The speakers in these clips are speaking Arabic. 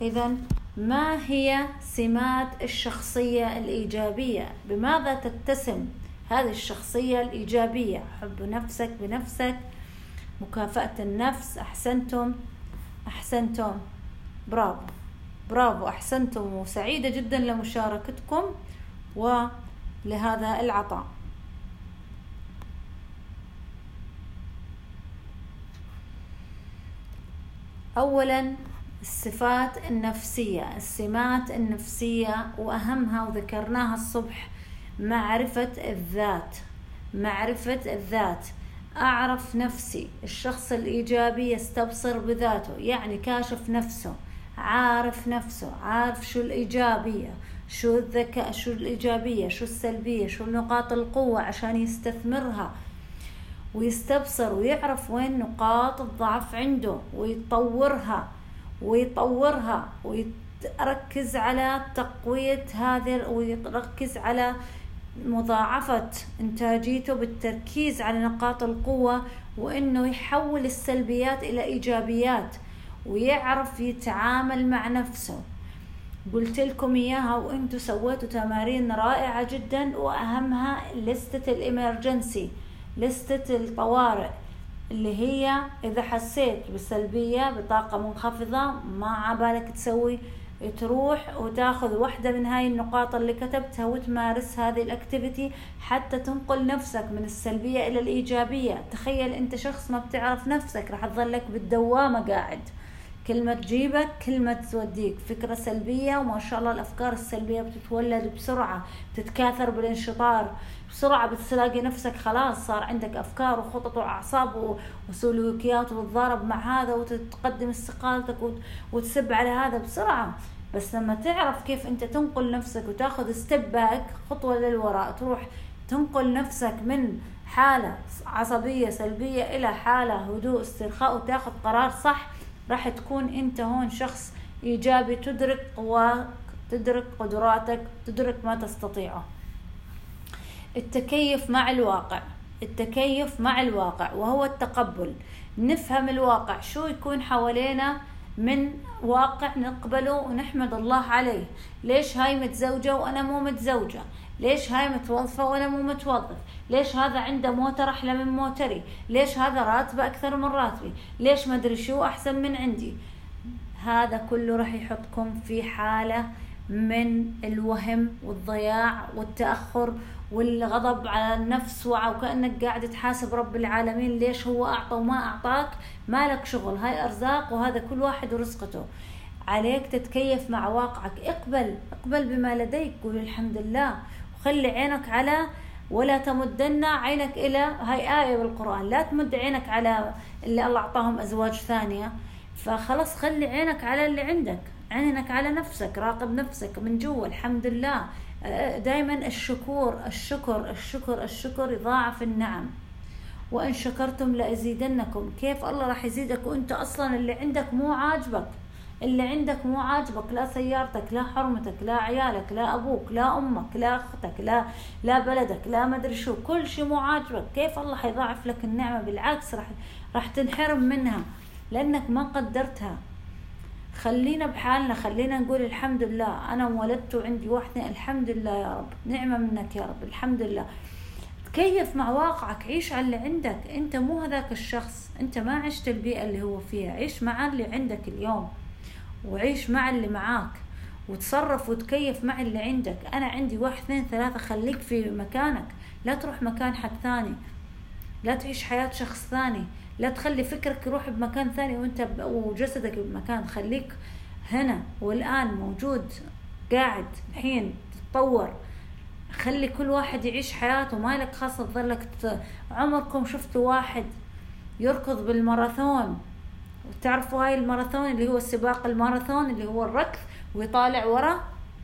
إذن ما هي سمات الشخصية الإيجابية؟ بماذا تتسم هذه الشخصية الإيجابية؟ حب نفسك بنفسك، مكافأة النفس. أحسنتم، برافو، أحسنتم، وسعيدة جدا لمشاركتكم ولهذا العطاء. أولا الصفات النفسية، السمات النفسية، وأهمها وذكرناها الصبح معرفة الذات. أعرف نفسي. الشخص الإيجابي يستبصر بذاته، يعني كاشف نفسه، عارف نفسه، عارف شو الإيجابية، شو الذكاء، شو الإيجابية، شو السلبية، شو نقاط القوة عشان يستثمرها، ويستبصر ويعرف وين نقاط الضعف عنده ويطورها ويركز على تقوية هذه، ويركز على مضاعفة إنتاجيته بالتركيز على نقاط القوة، وإنه يحول السلبيات إلى إيجابيات، ويعرف يتعامل مع نفسه. قلت لكم إياها وإنتوا سويتوا تمارين رائعة جدا، وأهمها لستة الإمرجنسي، لستة الطوارئ، اللي هي إذا حسيت بسلبية بطاقة منخفضة ما عبالك تسوي، تروح وتاخذ واحدة من هاي النقاط اللي كتبتها وتمارس هذه الأكتيفيتي حتى تنقل نفسك من السلبية إلى الإيجابية. تخيل أنت شخص ما بتعرف نفسك، رح تظلك بالدوامة قاعد، كلمة تجيبك كلمة توديك، فكرة سلبية، وما شاء الله الأفكار السلبية بتتولد بسرعة، بتتكاثر بالانشطار بسرعة، بتلاقي نفسك خلاص صار عندك أفكار وخطط وأعصاب وسلوكيات، وتتضارب مع هذا وتتقدم استقالتك وتسب على هذا بسرعة. بس لما تعرف كيف أنت تنقل نفسك وتاخذ ستيب باك، خطوة للوراء، تروح تنقل نفسك من حالة عصبية سلبية إلى حالة هدوء استرخاء، وتاخذ قرار صح، راح تكون أنت هون شخص إيجابي، تدرك قواك، تدرك قدراتك، تدرك ما تستطيعه. التكيف مع الواقع وهو التقبل. نفهم الواقع، شو يكون حوالينا من واقع نقبله ونحمد الله عليه. ليش هاي متزوجة وأنا مو متزوجة؟ ليش هاي متوظفة وأنا مو متوظف؟ ليش هذا عنده موتر أحلى من موتري؟ ليش هذا راتبه أكثر من راتبي؟ ليش ما أدري شو أحسن من عندي؟ هذا كله راح يحطكم في حالة من الوهم والضياع والتأخر والغضب على النفس، وكأنك قاعد تحاسب رب العالمين ليش هو أعطى وما أعطاك. مالك شغل، هاي أرزاق، وهذا كل واحد ورزقته. عليك تتكيف مع واقعك. اقبل بما لديك، قول الحمد لله، وخلي عينك على ولا تمدن عينك إلى، هاي آية بالقرآن، لا تمد عينك على اللي الله أعطاهم أزواج ثانية، فخلص خلي عينك على اللي عندك، عينك على نفسك، راقب نفسك من جوا. الحمد لله، دائما الشكر يضاعف النعم، وإن شكرتم لأزيدنكم. كيف الله راح يزيدك وإنت أصلا اللي عندك مو عاجبك؟ لا سيارتك، لا حرمتك، لا عيالك، لا أبوك، لا أمك، لا أختك، لا بلدك، لا مدري شو، كل شيء مو عاجبك. كيف الله حيضاعف لك النعمة؟ بالعكس راح تنحرم منها لأنك ما قدرتها. خلينا بحالنا، خلينا نقول الحمد لله، أنا ولدت وعندي واحدة، الحمد لله يا رب، نعمة منك يا رب، الحمد لله. تكيف مع واقعك، عيش على اللي عندك. أنت مو هذاك الشخص، أنت ما عشت البيئة اللي هو فيها، عيش مع اللي عندك اليوم، وعيش مع اللي معاك، وتصرف وتكيف مع اللي عندك. أنا عندي 1 2 3، خليك في مكانك، لا تروح مكان حد ثاني، لا تعيش حياة شخص ثاني، لا تخلي فكرك يروح بمكان ثاني وانت وجسدك بمكان. خليك هنا والآن موجود، قاعد الحين تتطور. خلي كل واحد يعيش حياته، ما لك خاصة تظلك عمركم شفتوا واحد يركض بالماراثون؟ وتعرفوا هاي الماراثون اللي هو السباق الماراثون اللي هو الركض ويطالع ورا؟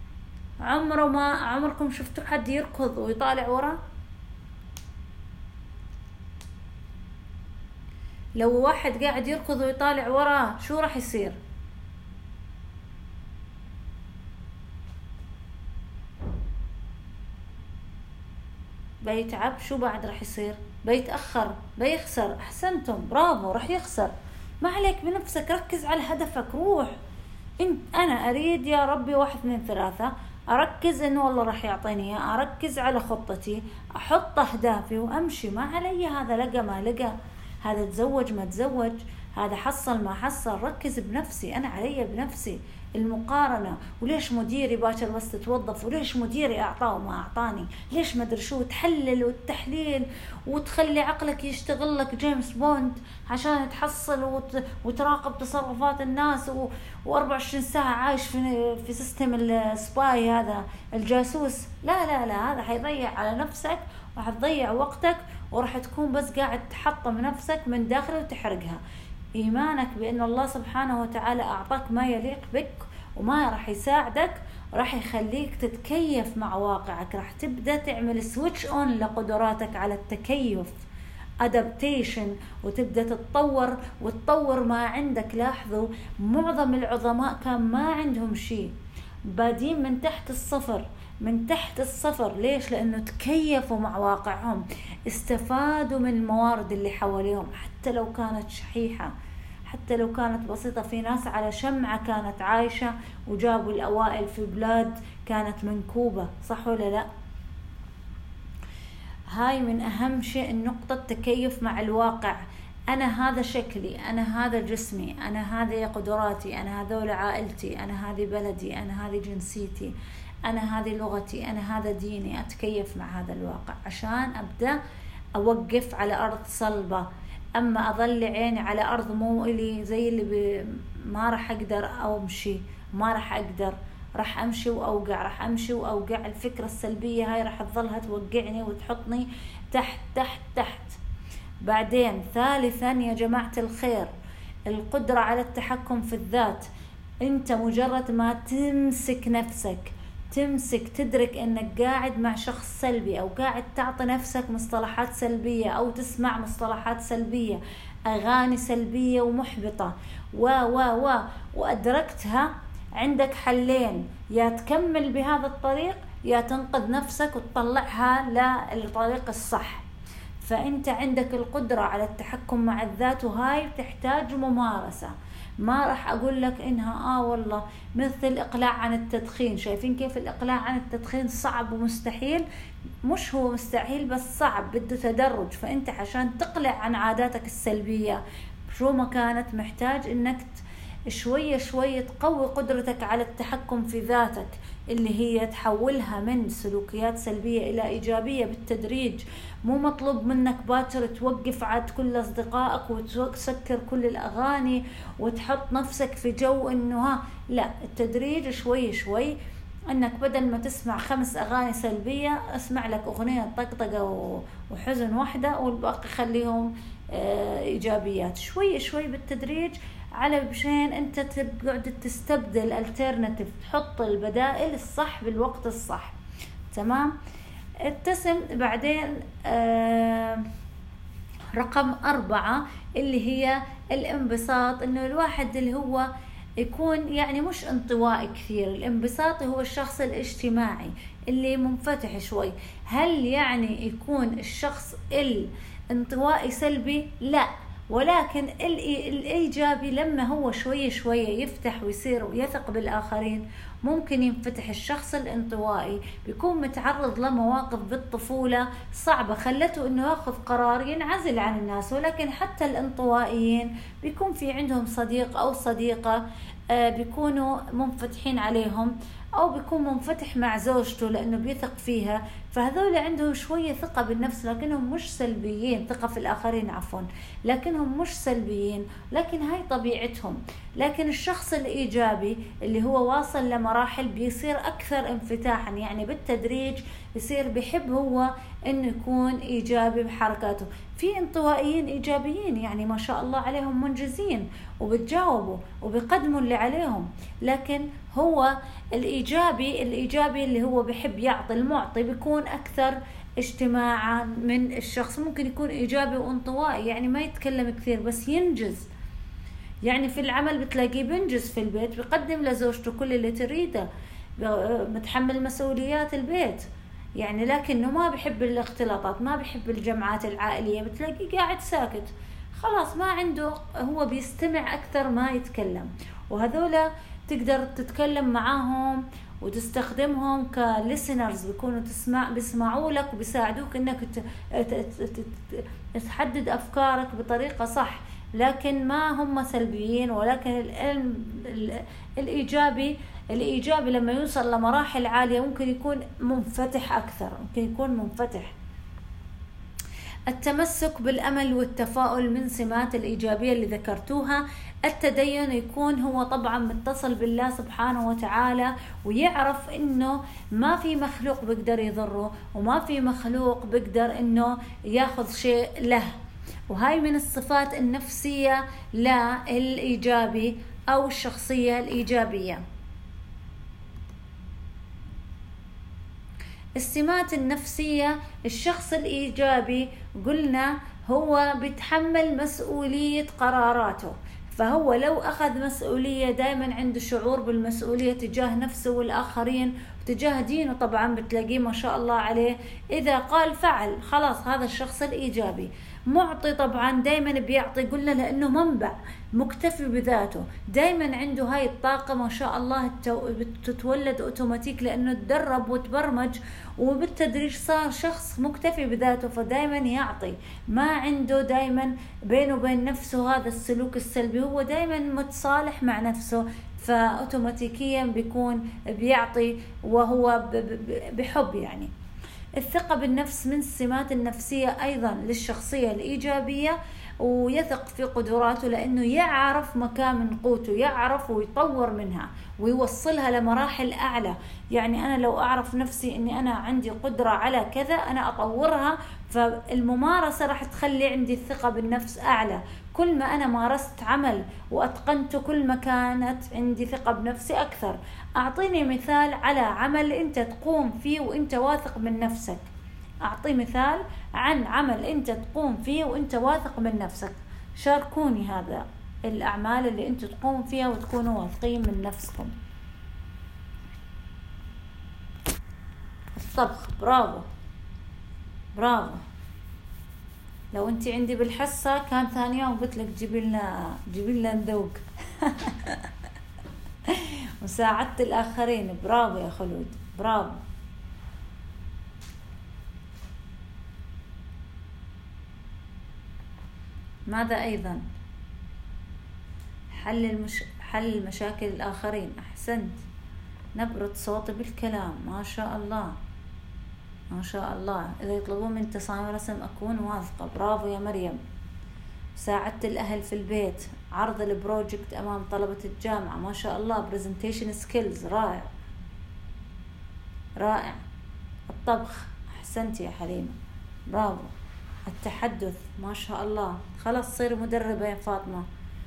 عمركم شفتوا حد يركض ويطالع ورا؟ لو واحد قاعد يركض ويطالع وراه شو راح يصير؟ بيتعب. شو بعد راح يصير؟ بيتأخر، بيخسر. أحسنتم، برافو، راح يخسر. ما عليك بنفسك، ركز على هدفك، روح أنا أريد يا ربي 1 2 3، أركز إنه والله راح يعطيني إياه، أركز على خطتي، أحط أهدافي وأمشي. ما علي هذا لقى ما لقى، هذا تزوج ما تزوج، هذا حصل ما حصل. ركز بنفسي، أنا علي بنفسي. المقارنة، وليش مديري باكر بس تتوظف، وليش مديري أعطاه وما أعطاني، ليش ما أدري شو. تحلل والتحليل وتخلي عقلك يشتغل لك جيمس بوند عشان تحصل وتراقب تصرفات الناس، و24 ساعة عايش في سيستم السباي هذا الجاسوس. لا لا لا، هذا حيضيع على نفسك وراح تضيع وقتك، وراح تكون بس قاعد تحطم نفسك من داخل وتحرقها. إيمانك بأن الله سبحانه وتعالى أعطاك ما يليق بك وما راح يساعدك، راح يخليك تتكيف مع واقعك، راح تبدأ تعمل سويتش أون لقدراتك على التكيف، adaptation، وتبدأ تتطور وتطور ما عندك. لاحظوا معظم العظماء كان ما عندهم شيء، بادين من تحت الصفر، من تحت الصفر. ليش؟ لأنه تكيفوا مع واقعهم، استفادوا من الموارد اللي حواليهم حتى لو كانت شحيحة، حتى لو كانت بسيطة. في ناس على شمعة كانت عايشة وجابوا الأوائل في بلاد كانت منكوبة، صح ولا لا؟ هاي من أهم شيء، النقطة التكيف مع الواقع. أنا هذا شكلي، أنا هذا جسمي، أنا هذه قدراتي، أنا هذول عائلتي، أنا هذه بلدي، أنا هذه جنسيتي، أنا هذه لغتي، أنا هذا ديني. أتكيف مع هذا الواقع عشان أبدأ أوقف على أرض صلبة. أما أظل عيني على أرض مو إلي زي اللي ما راح أقدر أمشي، ما راح أقدر، راح أمشي وأوقع، راح أمشي وأوقع. الفكرة السلبية هاي راح تظلها توقعني وتحطني تحت تحت تحت. بعدين ثالثا يا جماعة الخير، القدرة على التحكم في الذات. أنت مجرد ما تمسك نفسك، تدرك أنك قاعد مع شخص سلبي، أو قاعد تعطي نفسك مصطلحات سلبية، أو تسمع مصطلحات سلبية، أغاني سلبية ومحبطة وأدركتها، عندك 2 يا تكمل بهذا الطريق يا تنقذ نفسك وتطلعها للطريق الصح. فأنت عندك القدرة على التحكم مع الذات، وهاي تحتاج ممارسة. ما راح أقول لك إنها والله مثل الإقلاع عن التدخين. شايفين كيف الإقلاع عن التدخين صعب ومستحيل؟ مش هو مستحيل بس صعب، بده تدرج. فأنت عشان تقلع عن عاداتك السلبية شو ما كانت، محتاج إنك شوية شوية تقوي قدرتك على التحكم في ذاتك، اللي هي تحولها من سلوكيات سلبية إلى إيجابية بالتدريج. مو مطلوب منك باكر توقف عاد كل أصدقائك وتسكر كل الأغاني وتحط نفسك في جو إنه لا، التدريج شوي شوي. أنك بدل ما تسمع 5 أغاني سلبية، اسمع لك أغنية طقطقة وحزن واحدة، والباقي خليهم إيجابيات. شوي شوي بالتدريج، على بشين أنت تقعد تستبدل alternative، تحط البدائل الصح بالوقت الصح. تمام. اتسم بعدين رقم 4 اللي هي الانبساط. إنه الواحد اللي هو يكون يعني مش انطوائي كثير. الانبساط هو الشخص الاجتماعي اللي منفتح شوي. هل يعني يكون الشخص الانطوائي سلبي؟ لا، ولكن الإيجابي لما هو شوية شوية يفتح ويصير ويثق بالآخرين ممكن ينفتح. الشخص الانطوائي بيكون متعرض لمواقف بالطفولة صعبة خلته إنه يأخذ قرار ينعزل عن الناس، ولكن حتى الانطوائيين بيكون في عندهم صديق أو صديقة بيكونوا منفتحين عليهم، أو بيكون منفتح مع زوجته لأنه بيثق فيها. فهذول عندهم شوية ثقة بالنفس، لكنهم مش سلبيين، ثقة في الآخرين عفوا، لكنهم مش سلبيين، لكن هاي طبيعتهم. لكن الشخص الإيجابي اللي هو واصل لمراحل بيصير أكثر انفتاحا، يعني بالتدريج يصير بيحب هو إنه يكون إيجابي بحركاته. في انطوائيين إيجابيين يعني ما شاء الله عليهم منجزين وبتجاوبوا وبيقدموا اللي عليهم، لكن هو الإيجابي اللي هو بيحب يعطي، المعطي، بيكون أكثر اجتماعا من الشخص. ممكن يكون إيجابي وانطوائي يعني ما يتكلم كثير بس ينجز، يعني في العمل بتلاقيه بينجز، في البيت بيقدم لزوجته كل اللي تريده، متحمل مسؤوليات البيت يعني، لكنه ما بيحب الاختلاطات، ما بيحب الجمعات العائلية، بتلاقيه قاعد ساكت خلاص، ما عنده، هو بيستمع أكثر ما يتكلم. وهذولا تقدر تتكلم معاهم وتستخدمهم كليسنرز، بيكونوا بيسمعوا لك وبيساعدوك انك تحدد افكارك بطريقة صح، لكن ما هم سلبيين. ولكن العلم الإيجابي لما يوصل لمراحل عالية ممكن يكون منفتح أكثر، ممكن يكون منفتح. التمسك بالأمل والتفاؤل من سمات الإيجابية اللي ذكرتوها. التدين يكون هو طبعا متصل بالله سبحانه وتعالى، ويعرف إنه ما في مخلوق بيقدر يضره، وما في مخلوق بيقدر إنه ياخذ شيء له. وهاي من الصفات النفسية للإيجابي أو الشخصية الإيجابية. السمات النفسية، الشخص الإيجابي قلنا هو بيتحمل مسؤولية قراراته، فهو لو أخذ مسؤولية دائما عنده شعور بالمسؤولية تجاه نفسه والآخرين وتجاه دينه، طبعا بتلاقيه ما شاء الله عليه إذا قال فعل، خلاص هذا الشخص الإيجابي. معطي طبعا دائما بيعطي، قلنا لأنه منبع مكتفي بذاته، دائما عنده هاي الطاقة ما شاء الله بتتولد أوتوماتيك لأنه تدرب وتبرمج وبالتدريج صار شخص مكتفي بذاته، فدائما يعطي، ما عنده دائما بينه وبين نفسه هذا السلوك السلبي، هو دائما متصالح مع نفسه، فأوتوماتيكيا بيكون بيعطي وهو بحب يعني. الثقة بالنفس من السمات النفسية أيضا للشخصية الإيجابية، ويثق في قدراته لأنه يعرف مكامن قوته، يعرف ويطور منها ويوصلها لمراحل أعلى. يعني أنا لو أعرف نفسي أني أنا عندي قدرة على كذا أنا أطورها، فالممارسة راح تخلي عندي الثقة بالنفس أعلى. كل ما أنا مارست عمل وأتقنته كل ما كانت عندي ثقة بنفسي أكثر. أعطيني مثال على عمل أنت تقوم فيه وأنت واثق من نفسك. أعطي مثال عن عمل أنت تقوم فيه وأنت واثق من نفسك. شاركوني هذا الأعمال اللي أنت تقوم فيها وتكونوا واثقين من نفسكم. الطبخ، برافو برافو. لو أنت عندي بالحصة كان ثاني يوم قلت لك جيبي لنا نذوق. مساعدة الآخرين، برافو يا خلود، برافو. ماذا أيضا؟ حل مشاكل الآخرين، أحسنت. نبرة صوتي بالكلام، ما شاء الله ما شاء الله. إذا يطلبون من تصاميم رسم أكون واثقة، برافو يا مريم. مساعدة الأهل في البيت، عرض البروجكت أمام طلبة الجامعة، ما شاء الله. presentation skills، رائع رائع. الطبخ، أحسنت يا حليمة، برافو. التحدث، ما شاء الله. خلاص صير مدربة يا فاطمة.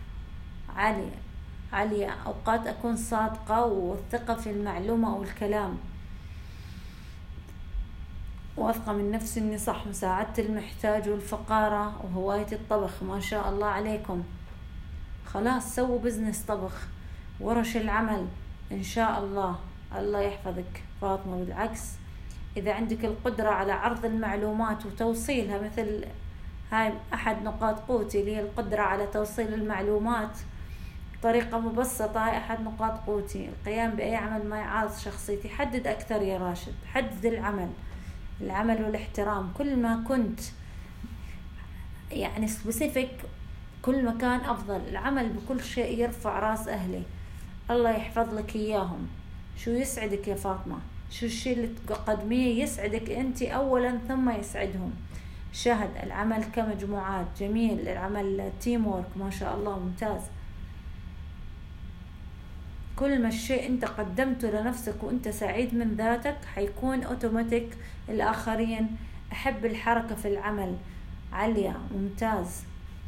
عالية. أوقات أكون صادقة والثقة في المعلومة أو الكلام، واثقة من نفسي إني صح. مساعدة المحتاج والفقارة وهواية الطبخ، ما شاء الله عليكم. خلاص سووا بزنس طبخ، ورش العمل إن شاء الله. الله يحفظك فاطمة. بالعكس إذا عندك القدرة على عرض المعلومات وتوصيلها، مثل هاي أحد نقاط قوتي اللي هي القدرة على توصيل المعلومات بطريقة مبسطة، هاي أحد نقاط قوتي. القيام بأي عمل ما يعارض شخصيتي. حدد أكثر يا راشد، حدد العمل والاحترام. كل ما كنت يعني سبيسيفيك كل ما كان أفضل. العمل بكل شيء يرفع راس أهلي، الله يحفظ لك إياهم. شو يسعدك يا فاطمة؟ شو الشيء اللي تقدميه يسعدك أنت أولا ثم يسعدهم؟ شاهد العمل كمجموعات، جميل. العمل تيم وورك، ما شاء الله، ممتاز. كل ما الشيء انت قدمته لنفسك وانت سعيد من ذاتك حيكون اوتوماتيك الآخرين. أحب الحركة في العمل، عالية، ممتاز.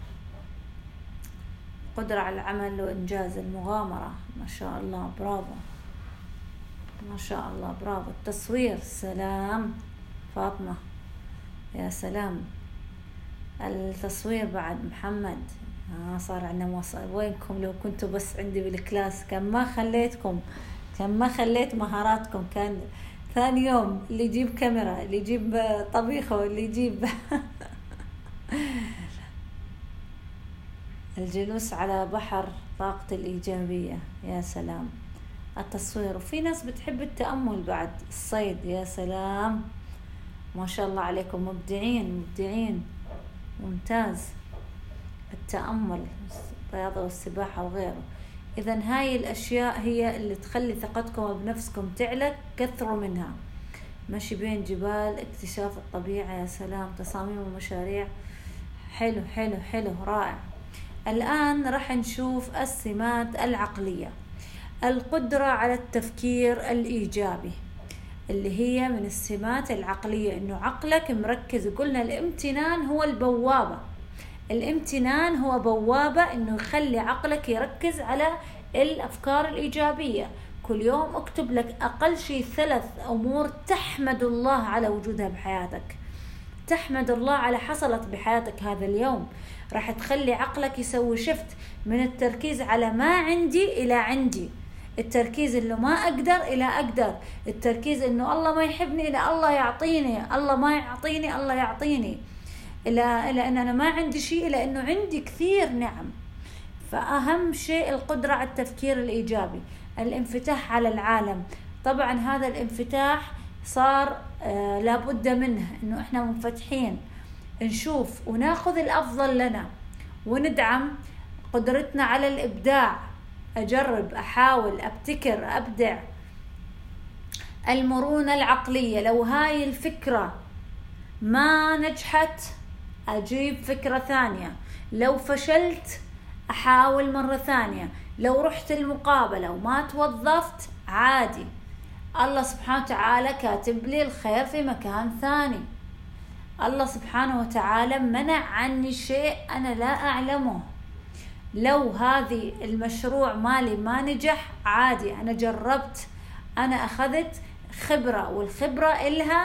قدرة على العمل وإنجاز المغامرة، ما شاء الله، برافو ما شاء الله، برافو. التصوير، سلام فاطمة، يا سلام. التصوير بعد محمد، صار عندنا وينكم؟ لو كنتوا بس عندي بالكلاس كان ما خليت مهاراتكم. كان ثاني يوم اللي يجيب كاميرا، اللي يجيب طبيخه، اللي يجيب الجلوس على بحر طاقة الإيجابية، يا سلام. التصوير. وفي ناس بتحب التأمل بعد، الصيد، يا سلام، ما شاء الله عليكم، مبدعين مبدعين، ممتاز. التأمل، الرياضة والسباحة وغيره. إذا هاي الأشياء هي اللي تخلي ثقتكم بنفسكم تعلى، كثروا منها. مشي بين جبال، اكتشاف الطبيعة، يا سلام، تصاميم ومشاريع، حلو حلو حلو، رائع. الآن راح نشوف السمات العقلية. القدرة على التفكير الإيجابي، اللي هي من السمات العقلية، إنه عقلك مركز. قلنا الامتنان هو البوابة، الامتنان هو بوابة إنه يخلي عقلك يركز على الأفكار الإيجابية. كل يوم اكتب لك أقل شيء 3 أمور تحمد الله على وجودها بحياتك، تحمد الله على حصلت بحياتك هذا اليوم. راح تخلي عقلك يسوي شفت من التركيز على ما عندي إلى عندي، التركيز إنه ما أقدر إلى أقدر، التركيز إنه الله ما يحبني إلى الله يعطيني، الله ما يعطيني الله يعطيني، إلى أن أنا ما عندي شيء إلى أنه عندي كثير نعم. فأهم شيء القدرة على التفكير الإيجابي، الانفتاح على العالم. طبعا هذا الانفتاح صار لابد منه، إنه إحنا منفتحين، نشوف وناخذ الأفضل لنا، وندعم قدرتنا على الإبداع، أجرب، أحاول، أبتكر، أبدع. المرونة العقلية، لو هاي الفكرة ما نجحت أجيب فكرة ثانية، لو فشلت أحاول مرة ثانية، لو رحت المقابلة وما توظفت عادي، الله سبحانه وتعالى كاتب لي الخير في مكان ثاني. الله سبحانه وتعالى منع عني شيء أنا لا أعلمه. لو هذه المشروع مالي ما نجح عادي، أنا جربت، أنا أخذت خبرة، والخبرة إلها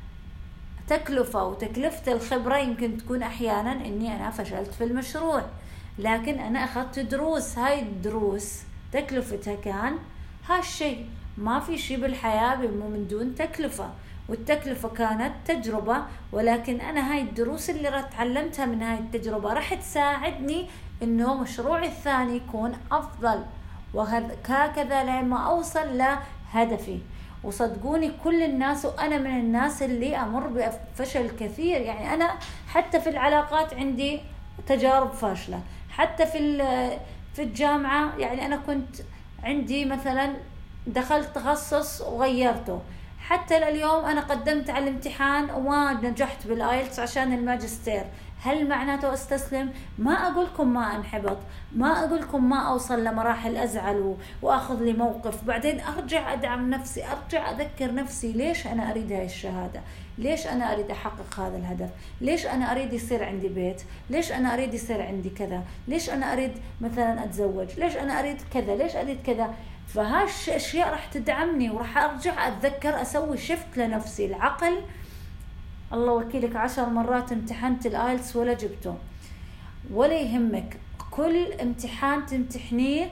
تكلفة، وتكلفة الخبرة يمكن تكون أحيانا إني أنا فشلت في المشروع، لكن أنا أخذت دروس. هاي الدروس تكلفتها كان هالشيء. ما في شيء بالحياة من دون تكلفة، والتكلفة كانت تجربة، ولكن أنا هاي الدروس اللي تعلمتها من هاي التجربة راح تساعدني إنه مشروعي الثاني يكون أفضل، وهكذا لما أوصل لهدفي. وصدقوني كل الناس، وأنا من الناس اللي أمر بفشل كثير، يعني أنا حتى في العلاقات عندي تجارب فاشلة، حتى في الجامعة، يعني أنا كنت عندي مثلا دخلت تخصص وغيرته، حتى اليوم أنا قدمت على الامتحان وما نجحت بالآيلتس عشان الماجستير. هل معناته أستسلم؟ ما أقولكم ما أنحبط، ما أقولكم ما أوصل لمراحل أزعل وأخذ لي موقف، بعدين أرجع أدعم نفسي، أرجع أذكر نفسي ليش أنا أريد هاي الشهادة، ليش أنا أريد أحقق هذا الهدف، ليش أنا أريد يصير عندي بيت، ليش أنا أريد يصير عندي كذا، ليش أنا أريد مثلا أتزوج، ليش أنا أريد كذا، ليش أريد كذا. فهاش أشياء راح تدعمني، وراح أرجع أتذكر، أسوي شفت لنفسي. العقل الله وكيلك 10 مرات امتحنت الآيلتس ولا جبته، ولا يهمك. كل امتحان تمتحنيه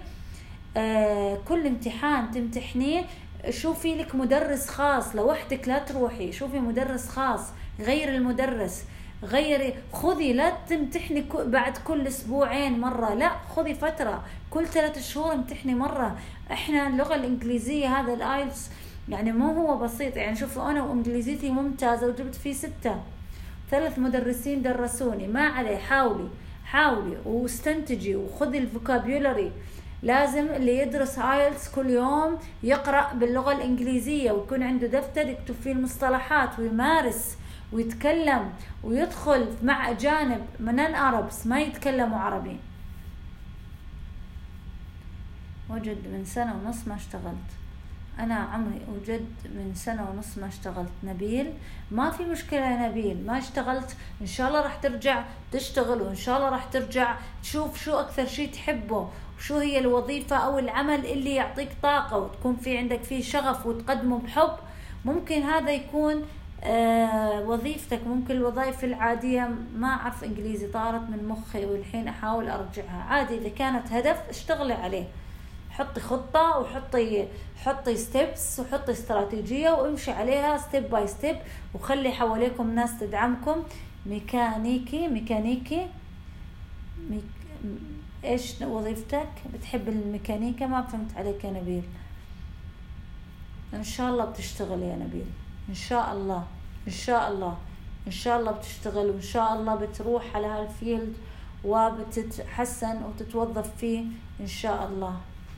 كل امتحان تمتحنيه شوفي لك مدرس خاص لوحدك، لا تروحي، شوفي مدرس خاص، غير المدرس، غيري، خذي، لا تمتحني بعد كل اسبوعين مرة، لا، خذي فترة كل 3 شهور امتحني مرة. احنا اللغة الانجليزية هذا الايلتس يعني مو هو بسيط، يعني شوفوا انا وانجليزيتي ممتازة وجبت فيه 6، 3 مدرسين درسوني، ما عليه، حاولي واستنتجي وخذي الفوكابيولري. لازم اللي يدرس آيلتس كل يوم يقرأ باللغة الإنجليزية، ويكون عنده دفتر يكتب فيه المصطلحات، ويمارس ويتكلم، ويدخل مع أجانب من العربس ما يتكلموا عربي. وجد من 1.5 سنة ما اشتغلت، أنا عمري وجد من 1.5 سنة ما اشتغلت. نبيل ما في مشكلة يا نبيل، ما اشتغلت، إن شاء الله راح ترجع تشتغل، وإن شاء الله راح ترجع تشوف شو أكثر شيء تحبه، وشو هي الوظيفة أو العمل اللي يعطيك طاقة وتكون في عندك فيه شغف وتقدمه بحب. ممكن هذا يكون وظيفتك، ممكن الوظائف العادية ما أعرف إنجليزي طارت من مخي والحين أحاول أرجعها. عادي إذا كانت هدف اشتغلي عليه، حطي خطة وحطي ستيبس وحطي استراتيجية وامشي عليها ستيب باي ستيب، وخلي حواليكم ناس تدعمكم. ميكانيكي ايش وظيفتك؟ بتحب الميكانيكا؟ ما فهمت عليك يا نبيل. إن شاء الله بتشتغل يا نبيل، إن شاء الله، إن شاء الله، إن شاء الله بتشتغل، وإن شاء الله بتروح على هالفيلد وبتتحسن وتتوظف فيه إن شاء الله.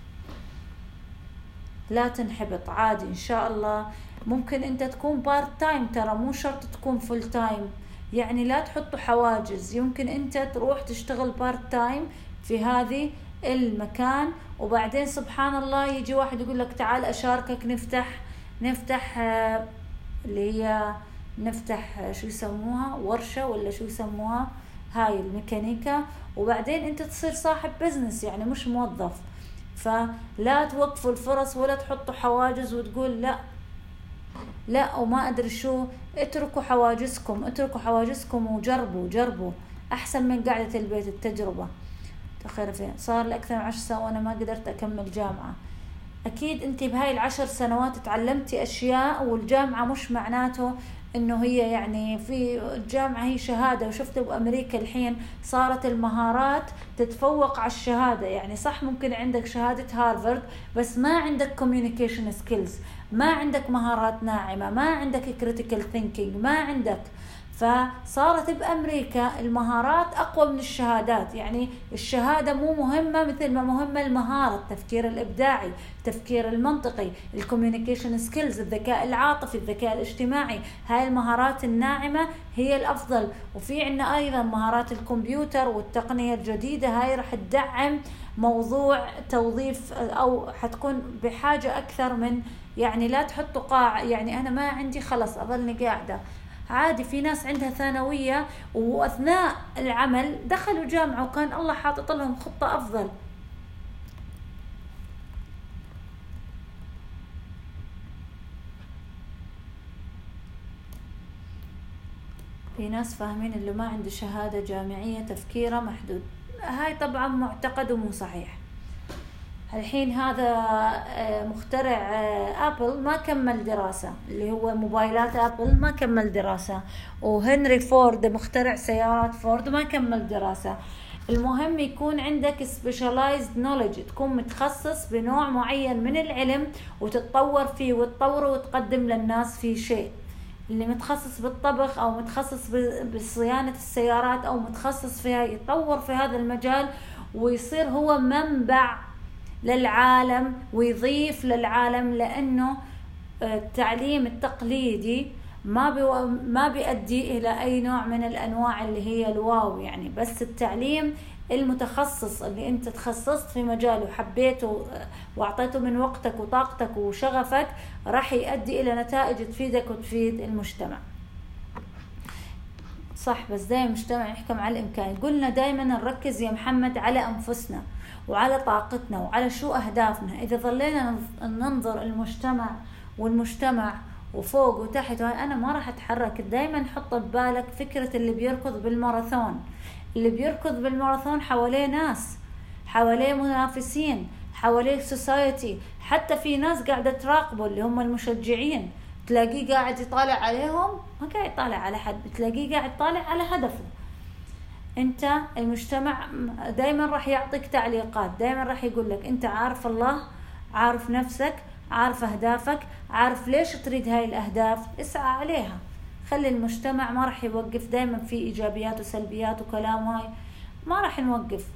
لا تنحبط، عادي إن شاء الله. ممكن أنت تكون بارت تايم، ترى مو شرط تكون فول تايم، يعني لا تحطوا حواجز. يمكن أنت تروح تشتغل بارت تايم في هذه المكان، وبعدين سبحان الله يجي واحد يقول لك تعال أشاركك نفتح اللي هي نفتح شو يسموها، ورشة ولا شو يسموها، هاي الميكانيكا، وبعدين أنت تصير صاحب بزنس، يعني مش موظف. فلا توقفوا الفرص ولا تحطوا حواجز وتقول لا وما أدري شو. اتركوا حواجزكم وجربوا أحسن من قاعدة البيت. التجربة تخير فيها. صار لي أكثر من 10 سنوات وأنا ما قدرت أكمل جامعة. أكيد أنت بهاي ال10 سنوات تعلمتي أشياء، والجامعة مش معناته إنه هي يعني في الجامعة هي شهادة. وشفتوا بأمريكا الحين صارت المهارات تتفوق على الشهادة، يعني صح ممكن عندك شهادة هارفارد بس ما عندك communication skills، ما عندك مهارات ناعمة، ما عندك critical thinking، ما عندك. فصارت بأمريكا المهارات أقوى من الشهادات، يعني الشهادة مو مهمة مثل ما مهمة المهارة، التفكير الإبداعي، التفكير المنطقي، الكوميونيكيشن سكيلز، الذكاء العاطفي، الذكاء الاجتماعي. هاي المهارات الناعمة هي الأفضل. وفي عنا أيضا مهارات الكمبيوتر والتقنية الجديدة، هاي رح تدعم موضوع توظيف، أو حتكون بحاجة أكثر من، يعني لا تحطوا قاع، يعني أنا ما عندي خلص أظلني قاعدة. عادي، في ناس عندها ثانوية وأثناء العمل دخلوا جامعة وكان الله حاطط لهم خطة أفضل. في ناس فاهمين اللي ما عنده شهادة جامعية تفكيره محدود. هاي طبعا معتقد ومو صحيح. الحين هذا مخترع أبل ما كمل دراسة، اللي هو موبايلات أبل ما كمل دراسة، وهنري فورد مخترع سيارات فورد ما كمل دراسة. المهم يكون عندك specialized knowledge، تكون متخصص بنوع معين من العلم وتتطور فيه وتطوره وتقدم للناس في شيء. اللي متخصص بالطبخ أو متخصص بصيانة السيارات أو متخصص فيها يتطور في هذا المجال ويصير هو منبع للعالم ويضيف للعالم. لأنه التعليم التقليدي ما بيؤدي إلى أي نوع من الأنواع اللي هي الواو يعني. بس التعليم المتخصص اللي أنت تخصصت في مجال وحبيته وأعطيته من وقتك وطاقتك وشغفك راح يؤدي إلى نتائج تفيدك وتفيد المجتمع. صح، بس دائما المجتمع يحكم على الإمكان. قلنا دائما نركز يا محمد على أنفسنا وعلى طاقتنا وعلى شو أهدافنا. إذا ظلينا ننظر المجتمع وفوق وتحت، أنا ما راح أتحرك. دائما حط ببالك فكرة اللي بيركض بالماراثون حواليه ناس، حواليه منافسين، حواليه سوسايتي. حتى في ناس قاعدة تراقبه اللي هم المشجعين، تلاقيه قاعد يطالع عليهم، ما قاعد يطالع على حد، تلاقيه قاعد يطالع على هدفه. انت المجتمع دايما راح يعطيك تعليقات، دايما راح يقول لك انت عارف الله، عارف نفسك، عارف اهدافك، عارف ليش تريد هاي الاهداف، اسعى عليها. خلي المجتمع ما راح يوقف، دايما في ايجابيات وسلبيات وكلام، هاي ما راح نوقف.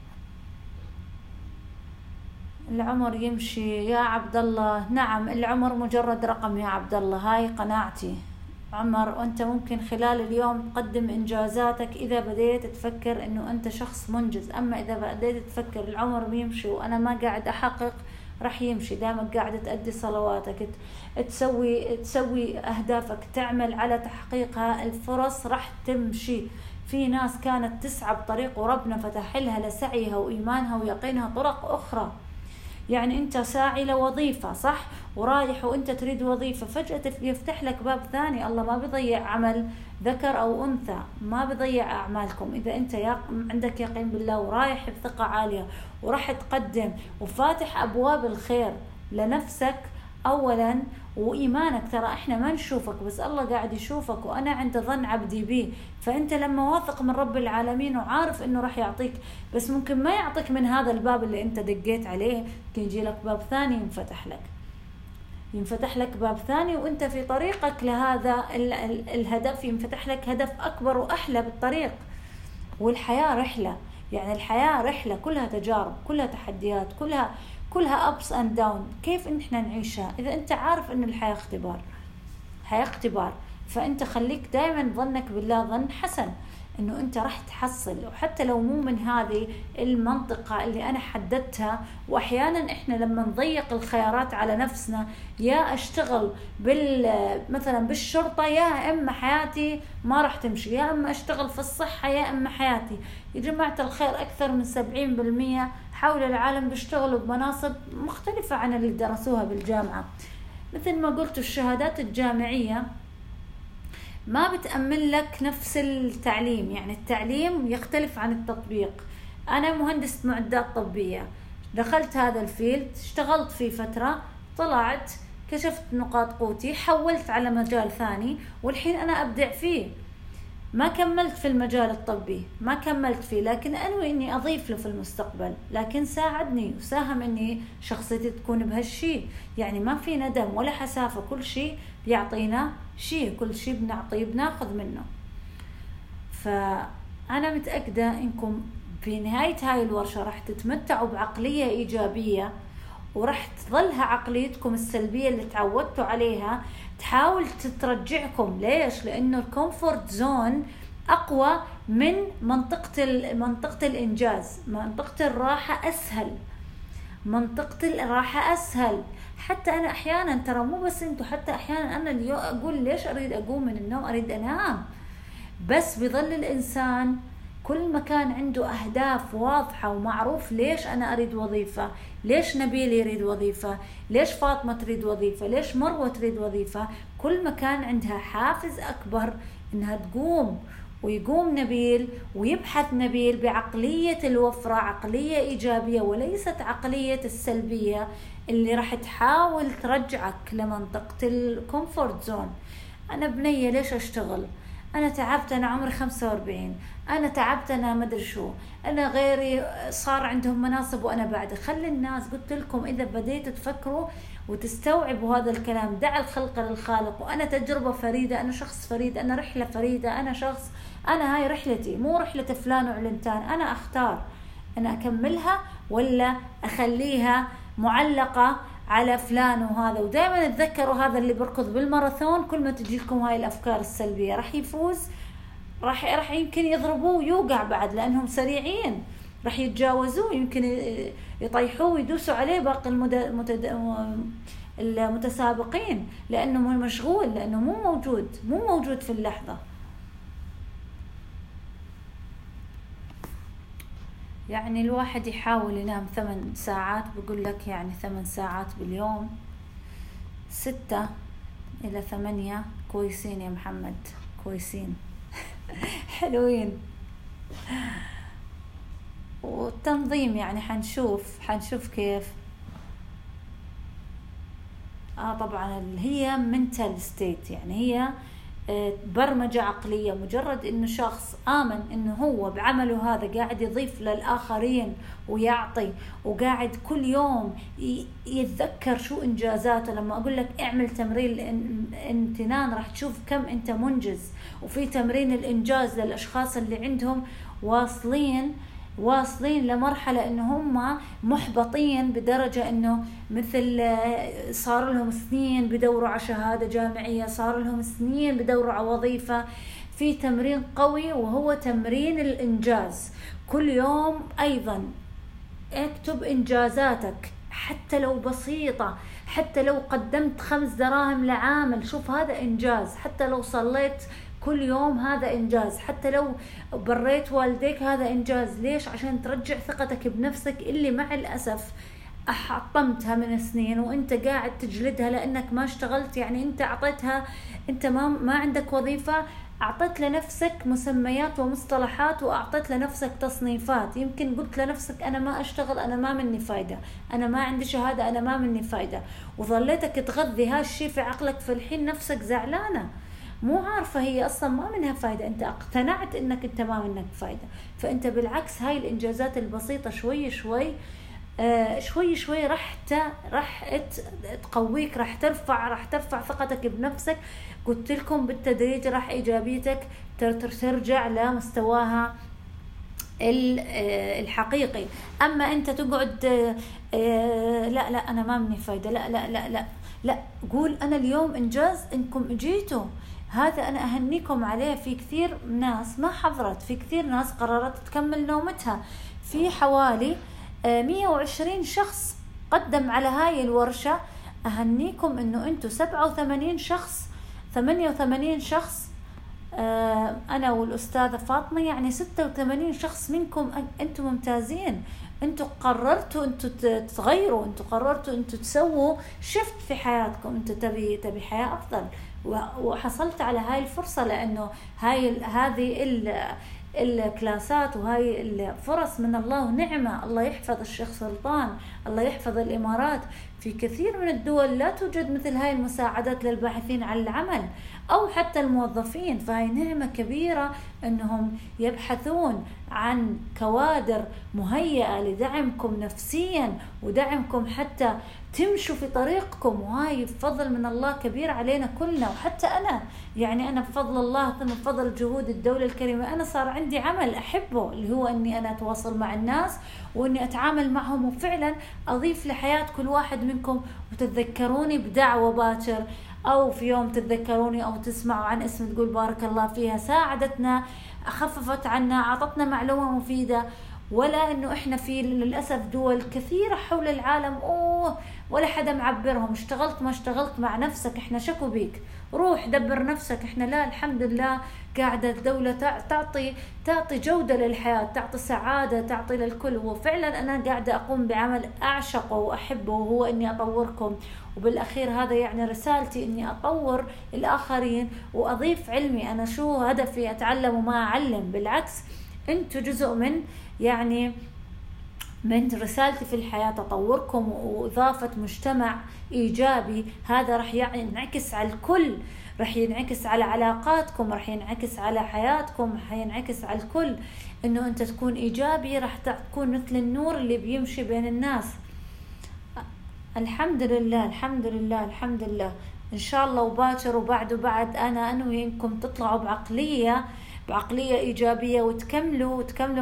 العمر يمشي يا عبد الله. نعم، العمر مجرد رقم يا عبد الله، هاي قناعتي. عمر، وانت ممكن خلال اليوم تقدم انجازاتك اذا بديت تفكر انه انت شخص منجز. اما اذا بديت تفكر العمر بيمشي وانا ما قاعد احقق، راح يمشي. دامك قاعدة تأدي صلواتك، تسوي اهدافك، تعمل على تحقيقها، الفرص راح تمشي. في ناس كانت تسعى بطريق وربنا فتح لها لسعيها وإيمانها ويقينها طرق أخرى. يعني أنت ساعي لوظيفة صح، ورايح وأنت تريد وظيفة، فجأة يفتح لك باب ثاني. الله ما بيضيع عمل ذكر أو أنثى، ما بيضيع أعمالكم. إذا أنت عندك يقين بالله ورايح بثقة عالية وراح تقدم وفاتح أبواب الخير لنفسك أولا وإيمانك. ترى إحنا ما نشوفك بس الله قاعد يشوفك، وأنا عند ظن عبدي بي. فأنت لما واثق من رب العالمين وعارف إنه راح يعطيك، بس ممكن ما يعطيك من هذا الباب اللي أنت دقيت عليه، ممكن يجي لك باب ثاني ينفتح لك. ينفتح لك باب ثاني، وانت في طريقك لهذا الهدف ينفتح لك هدف اكبر واحلى بالطريق. والحياة رحلة، يعني الحياة رحلة كلها تجارب، كلها تحديات، كلها ups and down. كيف ان احنا نعيشها؟ اذا انت عارف ان الحياة اختبار، حياة اختبار، فانت خليك دائما ظنك بالله ظن حسن انه انت راح تحصل، وحتى لو مو من هذه المنطقة اللي انا حددتها. واحيانا احنا لما نضيق الخيارات على نفسنا، يا اشتغل مثلا بالشرطة، يا اما حياتي ما راح تمشي، يا اما اشتغل في الصحة، يا اما حياتي. يا جماعة الخير اكثر من 70% حول العالم بيشتغلوا بمناصب مختلفة عن اللي درسوها بالجامعة. مثل ما قلت الشهادات الجامعية ما بتأمن لك نفس التعليم، يعني التعليم يختلف عن التطبيق. أنا مهندسة معدات طبية، دخلت هذا الفيلد، اشتغلت فيه فترة، طلعت كشفت نقاط قوتي، حولت على مجال ثاني، والحين أنا أبدع فيه. ما كملت في المجال الطبي، ما كملت فيه، لكن أنوي إني أضيف له في المستقبل، لكن ساعدني وساهم إني شخصيتي تكون بهالشيء. يعني ما في ندم ولا حسافة، كل شيء بيعطينا شيء، كل شيء بنعطيه بناخذ منه. فأنا متأكدة إنكم في نهاية هاي الورشة راح تتمتعوا بعقلية إيجابية، وراح تظلها عقليتكم السلبية اللي تعودتوا عليها تحاول ترجعكم. ليش؟ لأنه الكومفورت زون أقوى من منطقة الإنجاز. منطقة الراحة أسهل، منطقة الراحة أسهل. حتى أنا أحيانا، ترى مو بس أنتوا، حتى أحيانا أنا اليوم أقول ليش أريد أقوم من النوم، أريد أنام، بس بظل الإنسان كل ما كان عنده أهداف واضحة ومعروف ليش أنا أريد وظيفة، ليش نبيل يريد وظيفة، ليش فاطمة تريد وظيفة، ليش مروة تريد وظيفة، كل ما كان عندها حافز أكبر إنها تقوم. ويقوم نبيل ويبحث نبيل بعقلية الوفرة، عقلية إيجابية وليست عقلية السلبية اللي راح تحاول ترجعك لمنطقة الكومفورت زون. أنا بنية ليش أشتغل؟ أنا تعبت، أنا عمري 45، أنا تعبت، أنا مدري شو، أنا غيري صار عندهم مناصب وأنا بعد. خلي الناس، قلت لكم إذا بديتوا تفكروا وتستوعبوا هذا الكلام، دع الخلق للخالق. وأنا تجربة فريدة، أنا شخص فريد، أنا رحلة فريدة، أنا شخص، أنا هاي رحلتي مو رحلة فلان وعلنتان. أنا أختار أنا أكملها ولا أخليها معلقة على فلان وهذا. ودائما تذكروا هذا اللي بركض بالماراثون، كل ما تجيكم هاي الأفكار السلبية راح يفوز، راح يمكن يضربوه ويوقع بعد لأنهم سريعين، راح يتجاوزوه، يمكن يطيحوه ويدوسوا عليه باقي المتسابقين، لأنه مشغول، لأنه مو موجود في اللحظة. يعني الواحد يحاول ينام 8 ساعات، بقول لك يعني 8 ساعات باليوم، 6 إلى 8 كويسين يا محمد، كويسين حلوين. والتنظيم يعني حنشوف كيف. طبعا اللي هي mental state، يعني هي برمجة عقلية. مجرد انه شخص آمن انه هو بعمله هذا قاعد يضيف للآخرين ويعطي، وقاعد كل يوم يتذكر شو انجازاته. لما اقول لك اعمل تمرين الامتنان راح تشوف كم انت منجز. وفي تمرين الانجاز للاشخاص اللي عندهم واصلين لمرحلة انه هم محبطين بدرجة انه مثل صار لهم سنين بدوروا على شهادة جامعية، صار لهم سنين بدوروا على وظيفة. في تمرين قوي وهو تمرين الانجاز. كل يوم ايضا اكتب انجازاتك حتى لو بسيطة، حتى لو قدمت 5 دراهم لعامل، شوف هذا انجاز. حتى لو صليت كل يوم هذا إنجاز، حتى لو بريت والديك هذا إنجاز. ليش؟ عشان ترجع ثقتك بنفسك اللي مع الأسف حطمتها من سنين وانت قاعد تجلدها لأنك ما اشتغلت. يعني انت أعطيتها، انت ما عندك وظيفة، أعطيت لنفسك مسميات ومصطلحات، وأعطيت لنفسك تصنيفات. يمكن قلت لنفسك أنا ما أشتغل، أنا ما مني فايدة، أنا ما عندي شهادة، أنا ما مني فايدة، وظليتك تغذي هالشي في عقلك. في الحين نفسك زعلانة، مو عارفة هي أصلا ما منها فايدة، أنت اقتنعت أنك أنت ما منك فايدة. فأنت بالعكس هاي الإنجازات البسيطة شوي شوي شوي شوي راح تقويك، راح ترفع ثقتك بنفسك. قلت لكم بالتدريج راح إيجابيتك ترجع لمستواها الحقيقي. أما أنت تقعد لا أنا ما مني فايدة، لا لا لا لا لا، قول أنا اليوم إنجاز إنكم اجيتوا، هذا أنا أهنيكم عليه. في كثير ناس ما حضرت، في كثير ناس قررت تكمل نومتها. في حوالي 120 شخص قدم على هاي الورشة، أهنيكم إنه أنتوا 87 شخص 88 شخص، أنا والأستاذة فاطمة، يعني 86 شخص منكم أنتم ممتازين. أنتم قررتوا أنتم تغيروا، أنتم قررتوا أنتم تسووا شفت في حياتكم، أنتم تبي حياة أفضل، وحصلت على هاي الفرصة، لأنه هذه الكلاسات وهاي الفرص من الله ونعمة. الله يحفظ الشيخ سلطان، الله يحفظ الإمارات. في كثير من الدول لا توجد مثل هاي المساعدات للباحثين عن العمل أو حتى الموظفين، فهي نعمة كبيرة أنهم يبحثون عن كوادر مهيئة لدعمكم نفسيا ودعمكم حتى تمشوا في طريقكم، وهاي بفضل من الله كبير علينا كلنا. وحتى أنا يعني أنا بفضل الله ثم بفضل جهود الدولة الكريمة أنا صار عندي عمل أحبه، اللي هو أني أنا أتواصل مع الناس وأني أتعامل معهم، وفعلا أضيف لحياة كل واحد منكم. وتتذكروني بدعوة باكر أو في يوم تتذكروني أو تسمعوا عن اسم تقول بارك الله فيها، ساعدتنا، خففت عنا، عطتنا معلومة مفيدة. ولا إنه إحنا في للأسف دول كثيرة حول العالم ولا حدا معبرهم، اشتغلت ما اشتغلت مع نفسك، إحنا شكو بيك، روح دبر نفسك. إحنا لا، الحمد لله قاعدة الدولة تعطي جودة للحياة، تعطي سعادة، تعطي للكل. وفعلا أنا قاعدة أقوم بعمل أعشقه وأحبه، وهو إني أطوركم. وبالأخير هذا يعني رسالتي، إني أطور الآخرين وأضيف علمي. أنا شو هدفي؟ أتعلم وما أعلم. بالعكس أنتوا جزء من رسالتي في الحياة، تطوركم وإضافة مجتمع إيجابي. هذا رح ينعكس على الكل، رح ينعكس على علاقاتكم، رح ينعكس على حياتكم، رح ينعكس على الكل. إنه أنت تكون إيجابي رح تكون مثل النور اللي بيمشي بين الناس. الحمد لله الحمد لله الحمد لله. إن شاء الله وباكر وبعد أنا أنوي إنكم تطلعوا بعقلية إيجابية، وتكملوا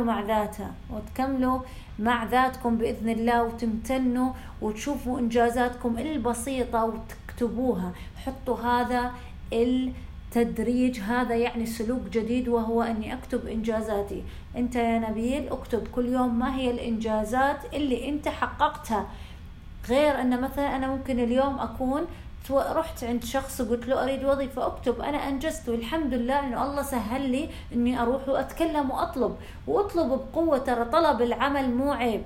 مع ذاتكم بإذن الله، وتمتنوا وتشوفوا إنجازاتكم البسيطة وتكتبوها. حطوا هذا التدريج، هذا يعني سلوك جديد، وهو أني أكتب إنجازاتي. أنت يا نبيل اكتب كل يوم ما هي الإنجازات اللي أنت حققتها، غير أن مثلا أنا ممكن اليوم أكون رحت عند شخص وقلت له أريد وظيفة، أكتب أنا أنجزت والحمد لله إنه الله سهل لي إني أروح وأتكلم وأطلب بقوة. ترى طلب العمل مو عيب،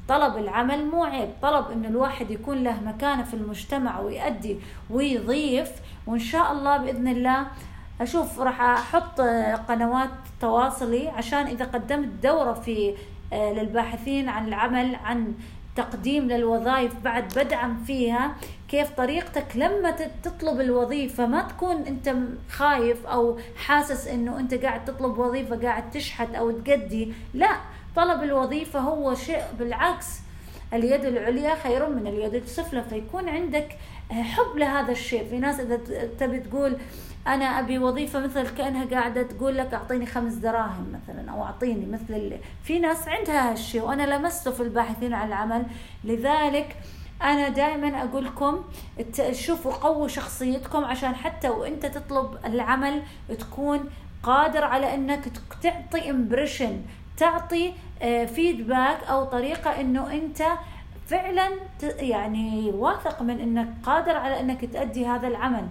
طلب إنه الواحد يكون له مكانة في المجتمع ويؤدي ويضيف. وإن شاء الله بإذن الله أشوف راح أحط قنوات تواصلي، عشان إذا قدمت دورة في للباحثين عن العمل عن تقديم للوظائف بعد بدعم فيها كيف طريقتك لما تطلب الوظيفة، ما تكون انت خايف او حاسس انه انت قاعد تطلب وظيفة قاعد تشحت او تقدي. لا، طلب الوظيفة هو شيء بالعكس، اليد العليا خير من اليد السفلى، فيكون عندك حب لهذا الشيء. في ناس اذا تبي تقول أنا أبي وظيفة مثل كأنها قاعدة تقول لك أعطيني 5 دراهم مثلا، أو أعطيني مثل اللي في ناس عندها هالشيء، وأنا لمسته في الباحثين عن العمل. لذلك أنا دائما أقول لكم شوفوا قووا شخصيتكم، عشان حتى وأنت تطلب العمل تكون قادر على أنك تعطي إمبريشن، تعطي فيدباك أو طريقة أنه أنت فعلا يعني واثق من أنك قادر على أنك تؤدي هذا العمل.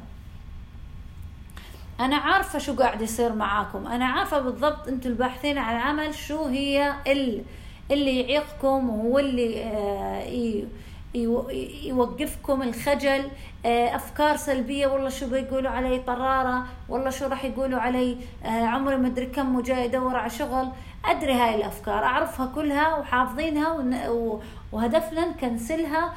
أنا عارفة شو قاعد يصير معاكم، أنا عارفة بالضبط أنتوا الباحثين عن العمل شو هي اللي يعيقكم، وهو اللي يوقفكم، الخجل، أفكار سلبية، والله شو بيقولوا علي طرارة، والله شو راح يقولوا علي عمري ما أدري كم وجاي أدور على شغل. أدري هاي الأفكار أعرفها كلها وحافظينها، وهدفنا نكنسلها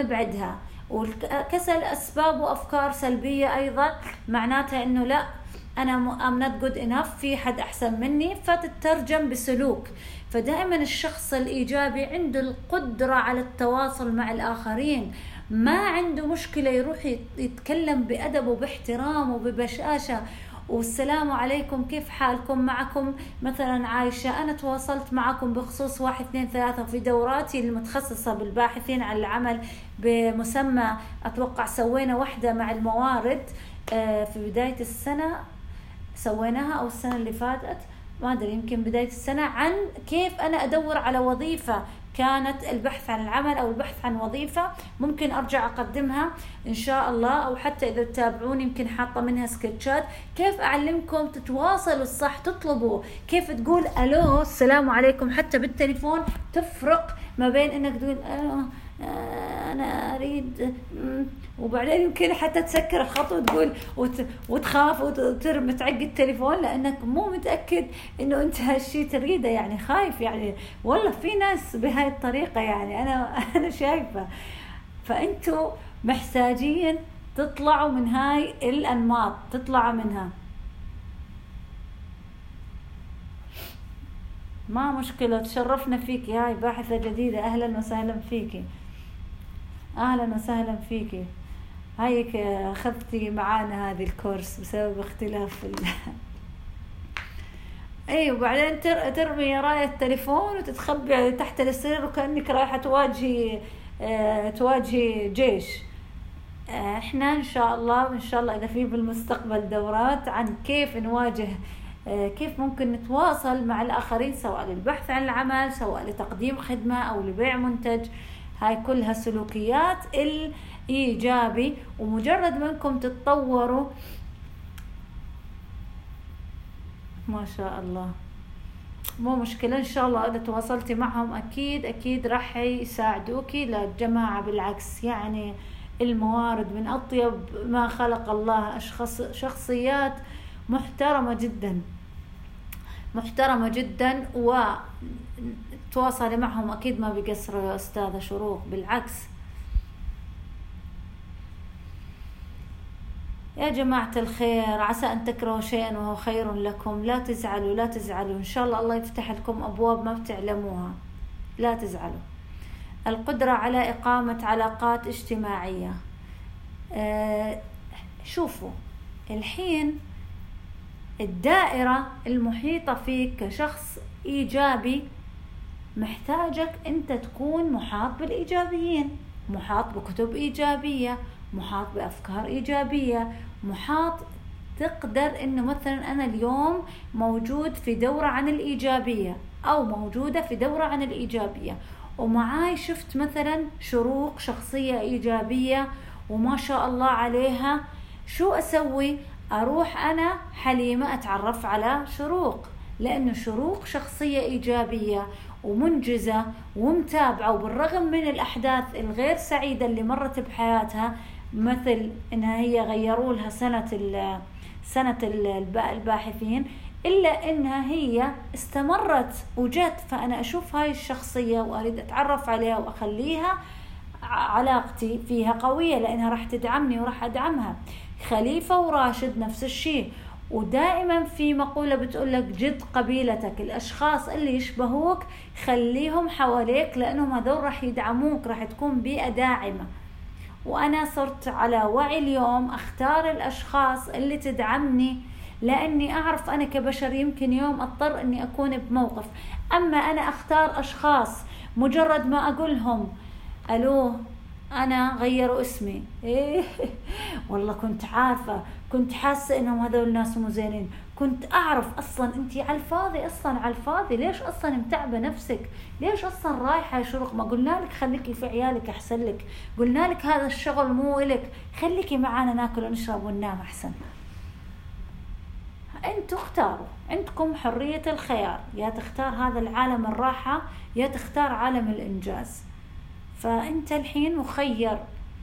ونبعدها. والكسل أسباب وأفكار سلبية أيضا، معناتها أنه لا، أنا I'm not good enough، في حد أحسن مني، فتترجم بسلوك. فدائما الشخص الإيجابي عنده القدرة على التواصل مع الآخرين، ما عنده مشكلة يروح يتكلم بأدب وباحترام وببشاشة، والسلام عليكم كيف حالكم، معكم مثلا عايشة، أنا تواصلت معكم بخصوص 1 2 3 في دوراتي المتخصصة بالباحثين عن العمل بمسمى، أتوقع سوينا واحدة مع الموارد في بداية السنة سويناها أو السنة اللي فاتت ما أدري، يمكن بداية السنة، عن كيف أنا أدور على وظيفة، كانت البحث عن العمل أو البحث عن وظيفة. ممكن أرجع أقدمها إن شاء الله، أو حتى إذا تتابعوني يمكن حاطة منها سكتشات كيف أعلمكم تتواصلوا الصح، تطلبوا كيف تقول ألو السلام عليكم حتى بالتليفون، تفرق ما بين إنك تقول أنا أريد، وبعدين يمكن حتى تسكر الخط وتقول وتخاف وترمي تعق التليفون لأنك مو متأكد إنه أنت هالشي تريده، يعني خايف، يعني والله في ناس بهاي الطريقة، يعني أنا شايفة. فأنتوا محتاجين تطلعوا من هاي الأنماط، تطلعوا منها، ما مشكلة. تشرفنا فيكي، هاي باحثة جديدة، أهلا وسهلا فيكي، أهلا وسهلا فيكي. هايك أخذتي معانا هذه الكورس بسبب اختلاف أي، وبعدين ترمي راية التليفون وتتخبي تحت السرير وكأنك رايحة تواجهي جيش. احنا إن شاء الله إذا في بالمستقبل دورات عن كيف نواجه، كيف ممكن نتواصل مع الآخرين، سواء للبحث عن العمل، سواء لتقديم خدمة أو لبيع منتج. هاي كلها سلوكيات الإيجابي، ومجرد منكم تتطوروا ما شاء الله مو مشكلة. إن شاء الله إذا تواصلتي معهم أكيد راح يساعدوكي. لا جماعة بالعكس، يعني الموارد من أطيب ما خلق الله، شخصيات محترمة جدا، وتواصلي معهم أكيد ما بيقصروا يا أستاذة شروق، بالعكس. يا جماعة الخير، عسى أن تكرهوا شيئا وهو خير لكم، لا تزعلوا إن شاء الله يفتح لكم أبواب ما بتعلموها، لا تزعلوا. القدرة على إقامة علاقات اجتماعية. شوفوا الحين الدائرة المحيطة فيك كشخص إيجابي محتاجك أنت تكون محاط بالإيجابيين، محاط بكتب إيجابية، محاط بأفكار إيجابية، محاط تقدر إنه مثلا أنا اليوم موجود في دورة عن الإيجابية أو موجودة في دورة عن الإيجابية، ومعاي شفت مثلا شروق شخصية إيجابية وما شاء الله عليها، شو أسوي؟ أروح أنا حليمة أتعرف على شروق، لأنه شروق شخصية إيجابية ومنجزة ومتابعة، وبالرغم من الأحداث الغير سعيدة اللي مرت بحياتها، مثل إنها هي غيروا لها سنة الباحثين، إلا إنها هي استمرت وجت. فأنا أشوف هاي الشخصية وأريد أتعرف عليها وأخليها علاقتي فيها قوية، لأنها راح تدعمني وراح أدعمها. خليفة وراشد نفس الشيء. ودائما في مقولة بتقولك جد قبيلتك، الأشخاص اللي يشبهوك خليهم حواليك، لأنهم هذول راح يدعموك، راح تكون بيئة داعمة. وأنا صرت على وعي اليوم أختار الأشخاص اللي تدعمني، لأني أعرف أنا كبشر يمكن يوم أضطر أني أكون بموقف. أما أنا أختار أشخاص مجرد ما أقولهم ألو أنا غيروا اسمي، إيه والله كنت عارفة، كنت حاسة إنهم هذول الناس مو زينين، كنت أعرف أصلا أنتي على الفاضي، ليش أصلا متعبة نفسك، ليش أصلا رايحة يا شروق، ما قلنا لك خليكي في عيالك أحسن لك، قلنا لك هذا الشغل مو إلك، خليكي معانا ناكل ونشرب وننام أحسن. أنتوا اختاروا، عندكم حرية الخيار، يا تختار هذا العالم الراحة يا تختار عالم الإنجاز. فأنت الحين مخير.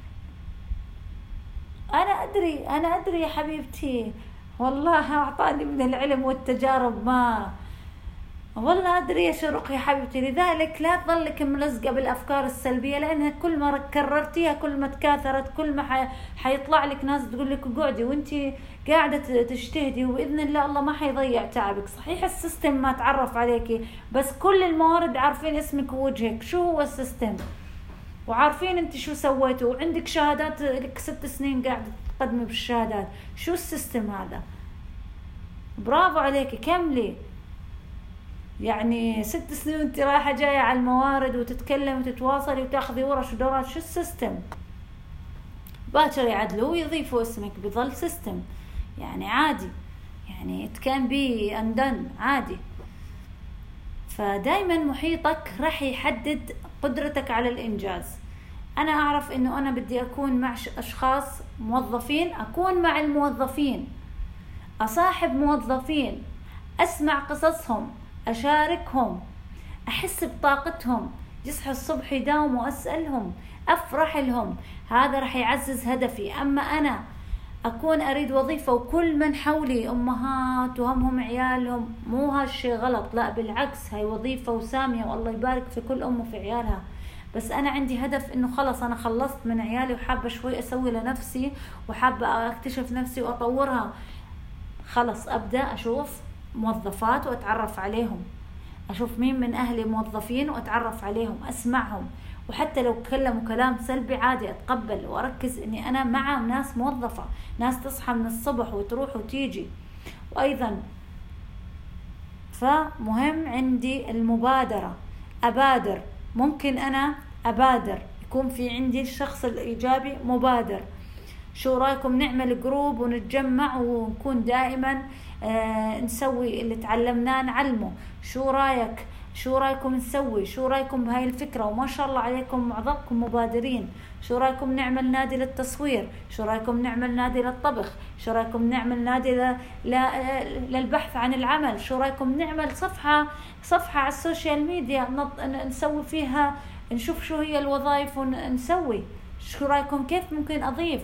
أنا أدري يا حبيبتي، والله أعطاني من العلم والتجارب والله أدري يا شروق يا حبيبتي، لذلك لا تظلك ملزقة بالأفكار السلبية، لأنها كل ما كررتيها كل ما تكاثرت، كل ما حيطلع لك ناس تقول لك اقعدي وانتي قاعدة تجتهدي، وبإذن الله الله ما حيضيع تعبك. صحيح السيستم ما تعرف عليكي، بس كل الموارد عارفين اسمك ووجهك شو هو السيستم، وعارفين انت شو سويتوا، وعندك شهادات لك 6 سنين قاعدة تقدمي بالشهادات. شو السيستم هذا؟ برافو عليكي، كملي. يعني 6 سنين وانت رايحة جاية على الموارد وتتكلم وتتواصلي وتاخذي ورش ودورات. شو السيستم؟ باكر يعدلوا ويضيفوا اسمك، بظل سيستم يعني عادي، يعني it can be undone عادي. فدايما محيطك راح يحدد قدرتك على الإنجاز. أنا أعرف إنه أنا بدي أكون مع أشخاص موظفين، أكون مع الموظفين، أصاحب موظفين، أسمع قصصهم، أشاركهم، أحس بطاقتهم، يصحوا الصبح يداوموا أسألهم، أفرح لهم. هذا رح يعزز هدفي. أما أنا أكون أريد وظيفة وكل من حولي أمهات وهمهم عيالهم، مو هالشي غلط، لا بالعكس، هاي وظيفة وسامية والله يبارك في كل أم وفي عيالها. بس أنا عندي هدف إنه خلص أنا خلصت من عيالي وحابة شوي أسوي لنفسي وحابة أكتشف نفسي وأطورها. خلص أبدأ أشوف موظفات وأتعرف عليهم، أشوف مين من أهلي موظفين وأتعرف عليهم، أسمعهم، وحتى لو تكلموا كلام سلبي عادي أتقبل وأركز إني أنا مع ناس موظفة، ناس تصحى من الصبح وتروح وتيجي. وأيضا فمهم عندي المبادرة، أبادر، ممكن أنا أبادر، يكون في عندي الشخص الإيجابي مبادر. شو رأيكم نعمل جروب ونتجمع ونكون دائما نسوي اللي تعلمناه نعلمه؟ شو رأيك؟ شو رأيكم نسوي؟ شو رأيكم بهاي الفكرة؟ وما شاء الله عليكم معظمكم مبادرين. شو رأيكم نعمل نادي للتصوير؟ شو رأيكم نعمل نادي للطبخ؟ شو رأيكم نعمل نادي للبحث عن العمل؟ شو رأيكم نعمل صفحة على السوشيال ميديا نسوي فيها، نشوف شو هي الوظائف ونسوي. شو رأيكم كيف ممكن أضيف؟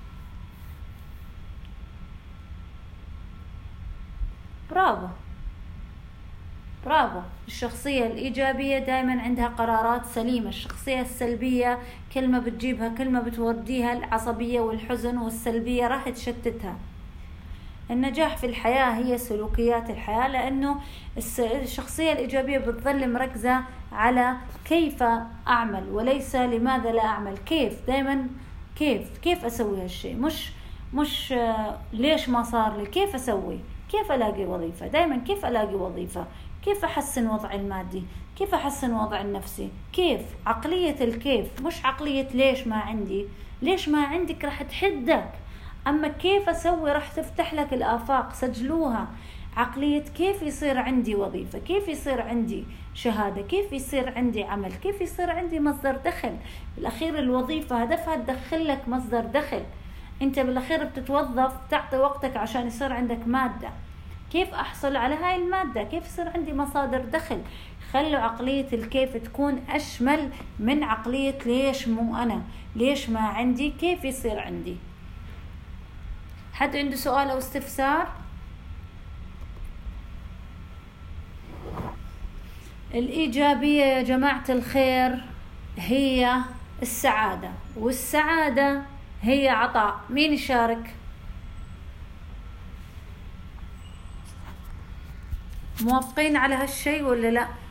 برافو برافو. الشخصية الإيجابية دائما عندها قرارات سليمة، الشخصية السلبية كلمة بتجيبها كلمة بتوديها، العصبية والحزن والسلبية راح تشتتها. النجاح في الحياة هي سلوكيات الحياة، لأنه الشخصية الإيجابية بتظل مركزة على كيف أعمل وليس لماذا لا أعمل. كيف، دائما كيف أسوي هالشيء، مش ليش ما صار لي، كيف أسوي، كيف ألاقي وظيفة، دائما كيف ألاقي وظيفة، كيف أحسن وضعي المادي، كيف أحسن وضعي النفسي. كيف، عقلية الكيف، مش عقلية ليش ما عندي. ليش ما عندك راح تحدك، أما كيف أسوي راح تفتح لك الآفاق. سجلوها، عقلية كيف يصير عندي وظيفة، كيف يصير عندي شهادة، كيف يصير عندي عمل، كيف يصير عندي مصدر دخل. بالأخير الوظيفة هدفها تدخل لك مصدر دخل، انت بالأخير بتتوظف تعطي وقتك عشان يصير عندك مادة. كيف أحصل على هاي المادة، كيف يصير عندي مصادر دخل. خلوا عقلية الكيف تكون أشمل من عقلية ليش مو أنا، ليش ما عندي، كيف يصير عندي. حد عنده سؤال أو استفسار؟ الإيجابية يا جماعة الخير هي السعادة، والسعادة هي عطاء. مين يشارك؟ موافقين على هالشي ولا لا؟